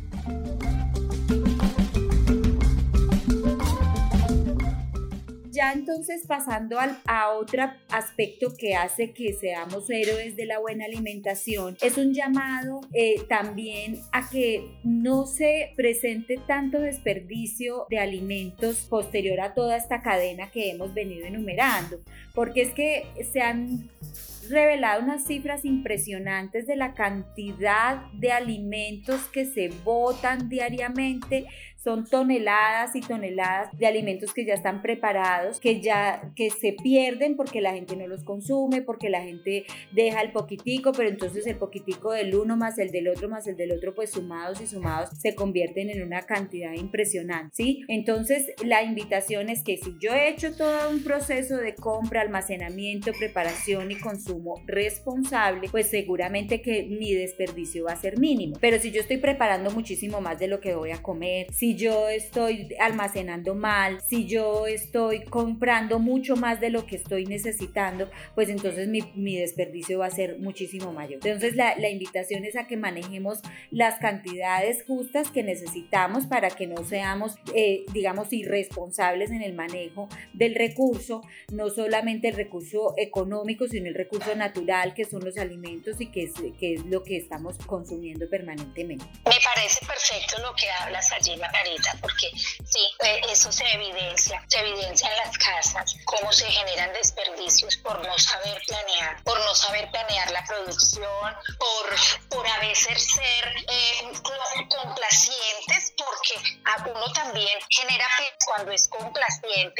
B: Ya entonces pasando a otro aspecto que hace que seamos héroes de la buena alimentación, es un llamado también a que no se presente tanto desperdicio de alimentos posterior a toda esta cadena que hemos venido enumerando, porque es que se han revelado unas cifras impresionantes de la cantidad de alimentos que se botan diariamente. Son toneladas y toneladas de alimentos que ya están preparados, que se pierden porque la gente no los consume, porque la gente deja el poquitico, pero entonces el poquitico del uno más el del otro más el del otro, pues sumados y sumados se convierten en una cantidad impresionante, ¿sí? Entonces la invitación es que si yo he hecho todo un proceso de compra, almacenamiento, preparación y consumo responsable, pues seguramente que mi desperdicio va a ser mínimo. Pero si yo estoy preparando muchísimo más de lo que voy a comer, si yo estoy almacenando mal, si yo estoy comprando mucho más de lo que estoy necesitando, pues entonces mi desperdicio va a ser muchísimo mayor. Entonces la invitación es a que manejemos las cantidades justas que necesitamos para que no seamos, digamos, irresponsables en el manejo del recurso, no solamente el recurso económico, sino el recurso natural, que son los alimentos y que es lo que estamos consumiendo permanentemente.
D: Me parece perfecto lo que hablas allí, Margarita, porque sí, eso se evidencia en las casas, cómo se generan desperdicios por no saber planear la producción, por a veces ser complacientes, porque a uno también genera cuando es complaciente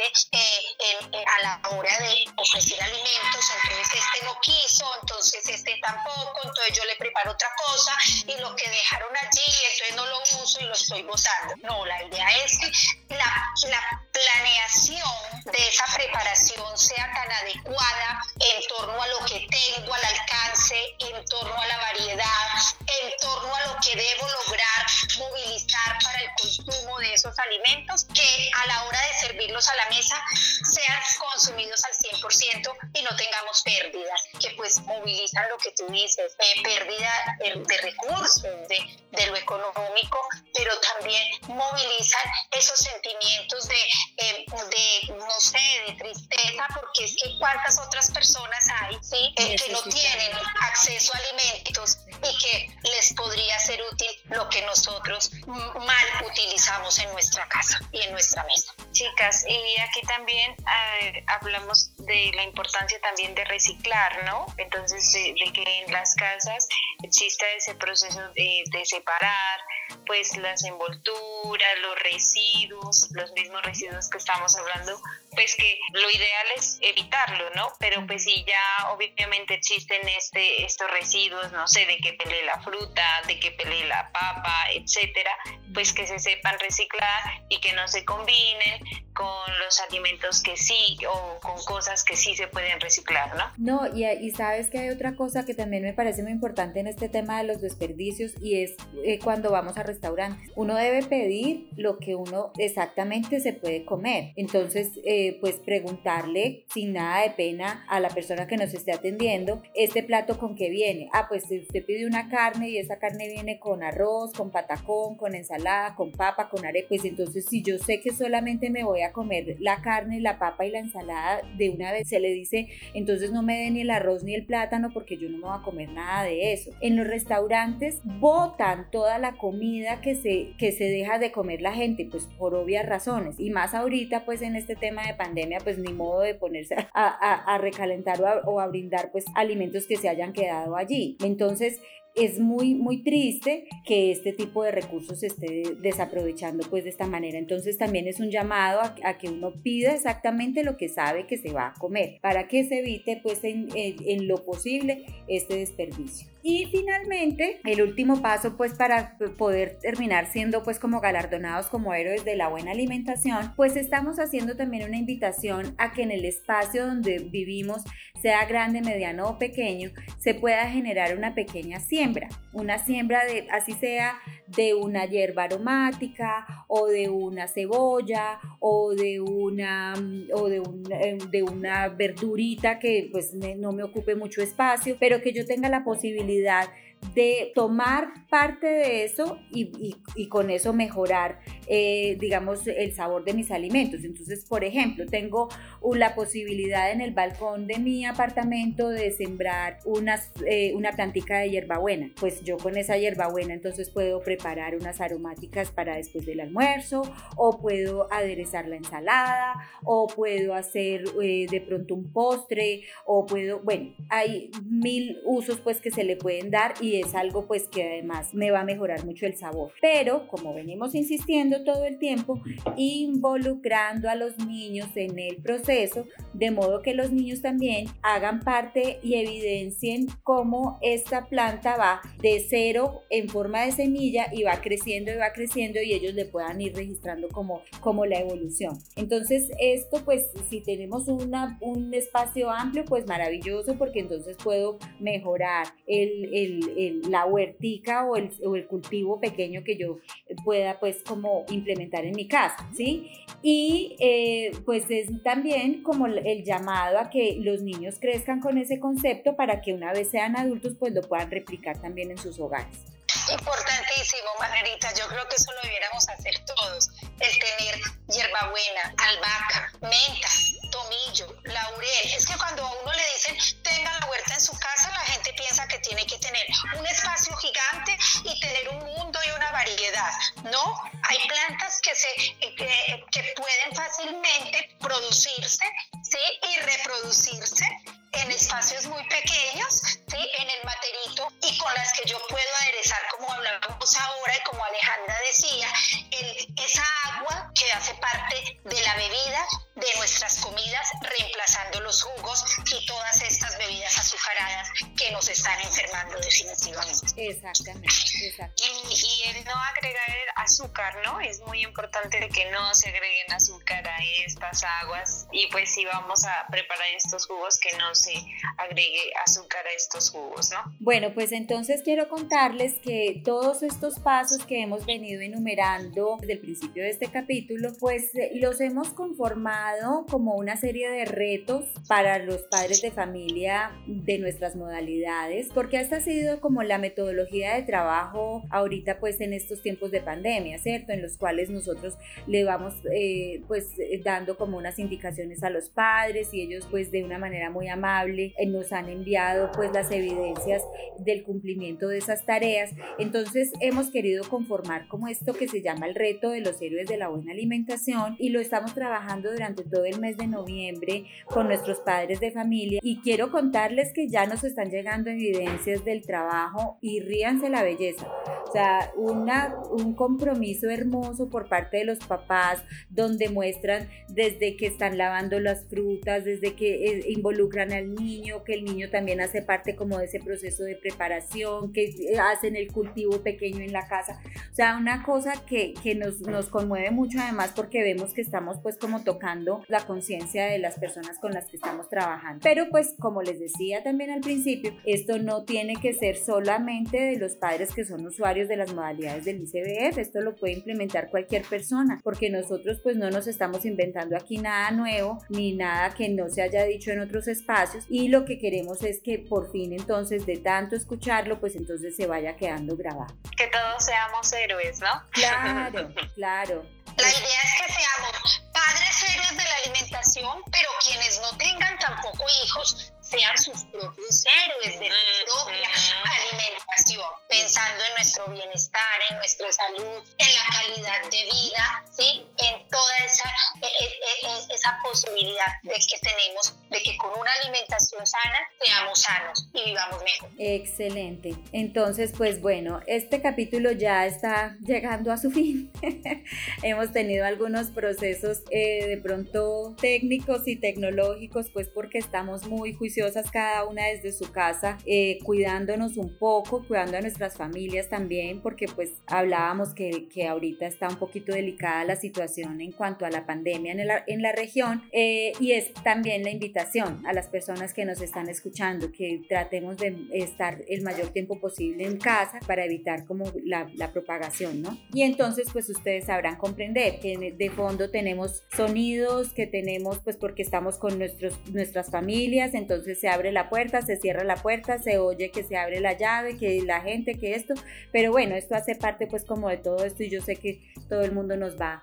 D: a la hora de ofrecer alimentos. Entonces este no quiso, entonces este tampoco, entonces yo le preparo otra cosa y lo que dejaron allí, entonces no lo uso y lo estoy botando. No, la idea es que la planeación de esa preparación sea tan adecuada en torno a lo que tengo al alcance y que a la hora de servirlos a la mesa sean consumidos al 100% y no tengamos pérdidas, que pues movilizan lo que tú dices, pérdida de recursos, de lo económico, pero también movilizan esos sentimientos de no sé, de tristeza, porque es que cuántas otras personas hay, ¿sí? Que no tienen acceso a alimentos y que les podría ser útil lo que nosotros mal utilizamos en nuestra casa y en nuestra mesa.
C: Chicas, y aquí también hablamos de la importancia también de reciclar, ¿no? Entonces, de que en las casas exista ese proceso de separar pues las envolturas, los residuos, los mismos residuos que estamos hablando, pues que lo ideal es evitarlo, ¿no? Pero pues si ya obviamente existen estos residuos, no sé, de que pelee la fruta, de que pelee la papa, etcétera, pues que se sepan reciclar y que no se combinen con los alimentos que sí o con cosas que sí se pueden reciclar, ¿no?
B: No, y sabes que hay otra cosa que también me parece muy importante en este tema de los desperdicios y es cuando vamos a restaurantes. Uno debe pedir lo que uno exactamente se puede comer. Entonces, pues preguntarle sin nada de pena a la persona que nos esté atendiendo, ¿este plato con qué viene? Pues usted pide una carne y esa carne viene con arroz, con patacón, con ensalada, con papa, con arepa. Pues entonces si yo sé que solamente me voy a comer la carne, la papa y la ensalada de una vez, se le dice, entonces no me dé ni el arroz ni el plátano porque yo no me voy a comer nada de eso. En los restaurantes botan toda la comida que se deja de comer la gente, pues por obvias razones, y más ahorita pues en este tema de pandemia, pues ni modo de ponerse a recalentar o a brindar pues alimentos que se hayan quedado allí. Entonces es muy, muy triste que este tipo de recursos se esté desaprovechando pues de esta manera. Entonces también es un llamado a que uno pida exactamente lo que sabe que se va a comer para que se evite pues en lo posible este desperdicio. Y finalmente, el último paso pues para poder terminar siendo pues como galardonados como héroes de la buena alimentación, pues estamos haciendo también una invitación a que en el espacio donde vivimos, sea grande, mediano o pequeño, se pueda generar una pequeña siembra de, así sea de una hierba aromática o de una cebolla o de una verdurita que pues no me ocupe mucho espacio, pero que yo tenga la posibilidad de tomar parte de eso y con eso mejorar, digamos, el sabor de mis alimentos. Entonces, por ejemplo, tengo la posibilidad en el balcón de mi apartamento de sembrar una plantica de hierbabuena. Pues yo con esa hierbabuena entonces puedo preparar unas aromáticas para después del almuerzo, o puedo aderezar la ensalada, o puedo hacer de pronto un postre, o puedo, bueno, hay 1000 usos pues que se le pueden dar y es algo pues que además me va a mejorar mucho el sabor. Pero como venimos insistiendo todo el tiempo, involucrando a los niños en el proceso, de modo que los niños también hagan parte y evidencien cómo esta planta va de cero en forma de semilla y va creciendo y ellos le puedan ir registrando como la evolución. Entonces esto pues si tenemos un espacio amplio pues maravilloso, porque entonces puedo mejorar la huertica o el cultivo pequeño que yo pueda pues como implementar en mi casa, ¿sí? Y pues es también como el llamado a que los niños crezcan con ese concepto para que una vez sean adultos pues lo puedan replicar también en sus hogares.
D: Importantísimo, Margarita, yo creo que eso lo debiéramos hacer todos, el tener hierbabuena, albahaca, menta, tomillo, laurel. Es que cuando a uno le dicen tenga la huerta en su casa, la gente piensa que tiene que tener un espacio gigante y tener un mundo y una variedad. No, hay plantas que pueden fácilmente producirse, ¿sí? Y reproducirse en espacios muy pequeños, ¿sí? En el materito, y con las que yo puedo aderezar, como hablábamos ahora y como Alejandra decía, esa agua que hace parte de la bebida de nuestras comidas, reemplazando los jugos y todas estas bebidas azucaradas que nos están enfermando definitivamente.
B: Exactamente.
C: Y el no agregar azúcar, ¿no? Es muy importante que no se agreguen azúcar a estas aguas y pues si vamos a preparar estos jugos que no se agregue azúcar a estos jugos, ¿no?
B: Bueno, pues entonces quiero contarles que todos estos pasos que hemos venido enumerando desde el principio de este capítulo, pues los hemos conformado como una serie de retos para los padres de familia de nuestras modalidades, porque esta ha sido como la metodología de trabajo ahorita pues en estos tiempos de pandemia, ¿cierto? En los cuales nosotros le vamos pues dando como unas indicaciones a los padres y ellos pues de una manera muy amable nos han enviado pues las evidencias del cumplimiento de esas tareas. Entonces hemos querido conformar como esto que se llama el reto de los héroes de la buena alimentación y lo estamos trabajando durante todo el mes de noviembre con nuestros padres de familia y quiero contarles que ya nos están llegando evidencias del trabajo y ríanse la belleza, o sea, un compromiso hermoso por parte de los papás donde muestran desde que están lavando las frutas, desde que involucran al niño, que el niño también hace parte como de ese proceso de preparación, que hacen el cultivo pequeño en la casa, o sea, una cosa que nos conmueve mucho además porque vemos que estamos pues como tocando la conciencia de las personas con las que estamos trabajando, pero pues como les decía también al principio, esto no tiene que ser solamente de los padres que son usuarios de las modalidades del ICBF, esto lo puede implementar cualquier persona, porque nosotros pues no nos estamos inventando aquí nada nuevo, ni nada que no se haya dicho en otros espacios y lo que queremos es que por fin entonces de tanto escucharlo pues entonces se vaya quedando grabado.
C: Que todos seamos héroes, ¿no?
B: Claro, claro.
D: La idea es que seamos padres héroes de la alimentación, pero quienes no tengan tampoco hijos sean sus propios héroes de su propia alimentación, pensando en nuestro bienestar, en nuestra salud, en la calidad de vida, ¿sí? En toda esa posibilidad de que tenemos de que con una alimentación sana seamos sanos y vivamos mejor.
B: Excelente. Entonces, pues bueno, este capítulo ya está llegando a su fin. Hemos tenido algunos procesos de pronto técnicos y tecnológicos, pues porque estamos muy juiciosas cada una desde su casa, cuidándonos un poco, cuidando a nuestras familias también, porque pues hablábamos que ahorita está un poquito delicada la situación en cuanto a la pandemia en la región, y es también la invitación a las personas que nos están escuchando, que tratemos de estar el mayor tiempo posible en casa para evitar como la propagación, ¿no? Y entonces pues ustedes sabrán comprender que de fondo tenemos sonidos que tenemos pues porque estamos con nuestras familias, entonces se abre la puerta, se cierra la puerta, se oye que se abre la llave, que la gente, que esto, pero bueno, esto hace parte pues como de todo esto y yo sé que todo el mundo nos va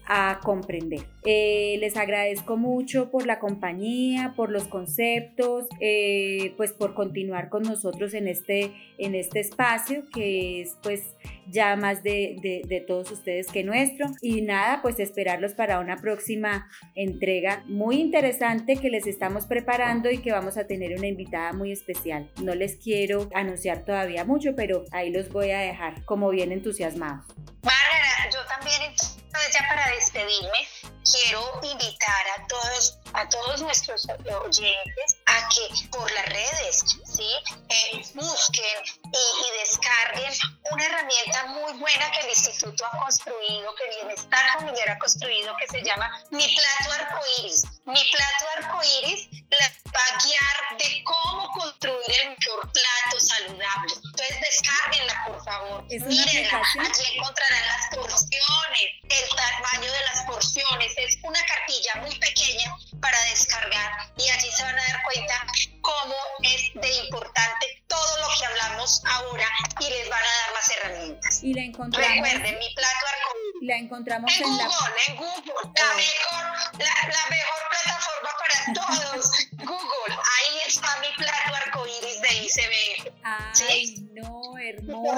B: a comprender. Les agradezco mucho por la compañía, por los conceptos, pues por continuar con nosotros en este espacio que es pues ya más de todos ustedes que nuestro, y nada, pues esperarlos para una próxima entrega muy interesante que les estamos preparando y que vamos a tener una invitada muy especial. No les quiero anunciar todavía mucho, pero ahí los voy a dejar como bien entusiasmados.
D: Bárbara, yo también entonces ya para despedirme quiero invitar a todos nuestros oyentes a que por las redes, ¿sí? Busquen y descarguen una herramienta muy buena que el Instituto ha construido, que Bienestar Familiar ha construido, que se llama Mi Plato Arcoíris. Mi Plato Arcoíris les va a guiar de cómo construir el mejor plato saludable. Entonces descárguenla, por favor. Mírenla, allí encontrarán las porciones, el tamaño de las porciones. Es una cartilla muy pequeña para descargar y allí se van a dar cuenta cómo es de importante todo lo que hablamos ahora y les van a dar las herramientas.
B: Y la encontramos.
D: Recuerden, Mi Plato Arcoíris.
B: La encontramos
D: en Google, la mejor plataforma para todos. Google, ahí está Mi Plato Arcoíris de ICBF.
B: Ay, ¿sí? No,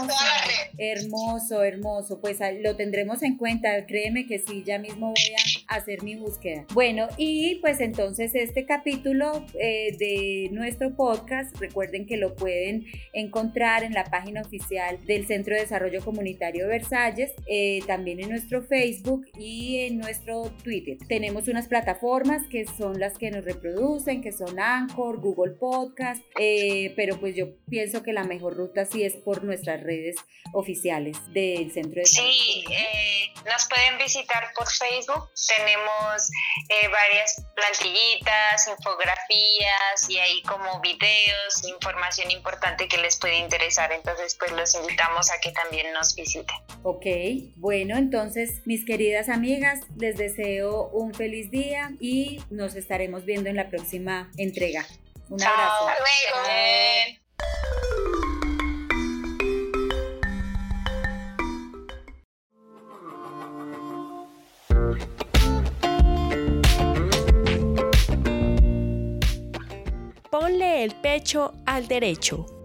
B: hermoso, hermoso. Pues lo tendremos en cuenta, créeme que sí, ya mismo voy hacer mi búsqueda. Bueno, y pues entonces este capítulo de nuestro podcast, recuerden que lo pueden encontrar en la página oficial del Centro de Desarrollo Comunitario Versalles, también en nuestro Facebook y en nuestro Twitter. Tenemos unas plataformas que son las que nos reproducen, que son Anchor, Google Podcast, pero pues yo pienso que la mejor ruta sí es por nuestras redes oficiales del Centro de Desarrollo.
C: Sí, nos pueden visitar por Facebook, tenemos varias plantillitas, infografías y ahí como videos, información importante que les puede interesar, entonces pues los invitamos a que también nos visiten.
B: Ok, bueno, entonces mis queridas amigas, les deseo un feliz día y nos estaremos viendo en la próxima entrega. Un abrazo.
C: Hasta luego.
A: Ponle el pecho al derecho.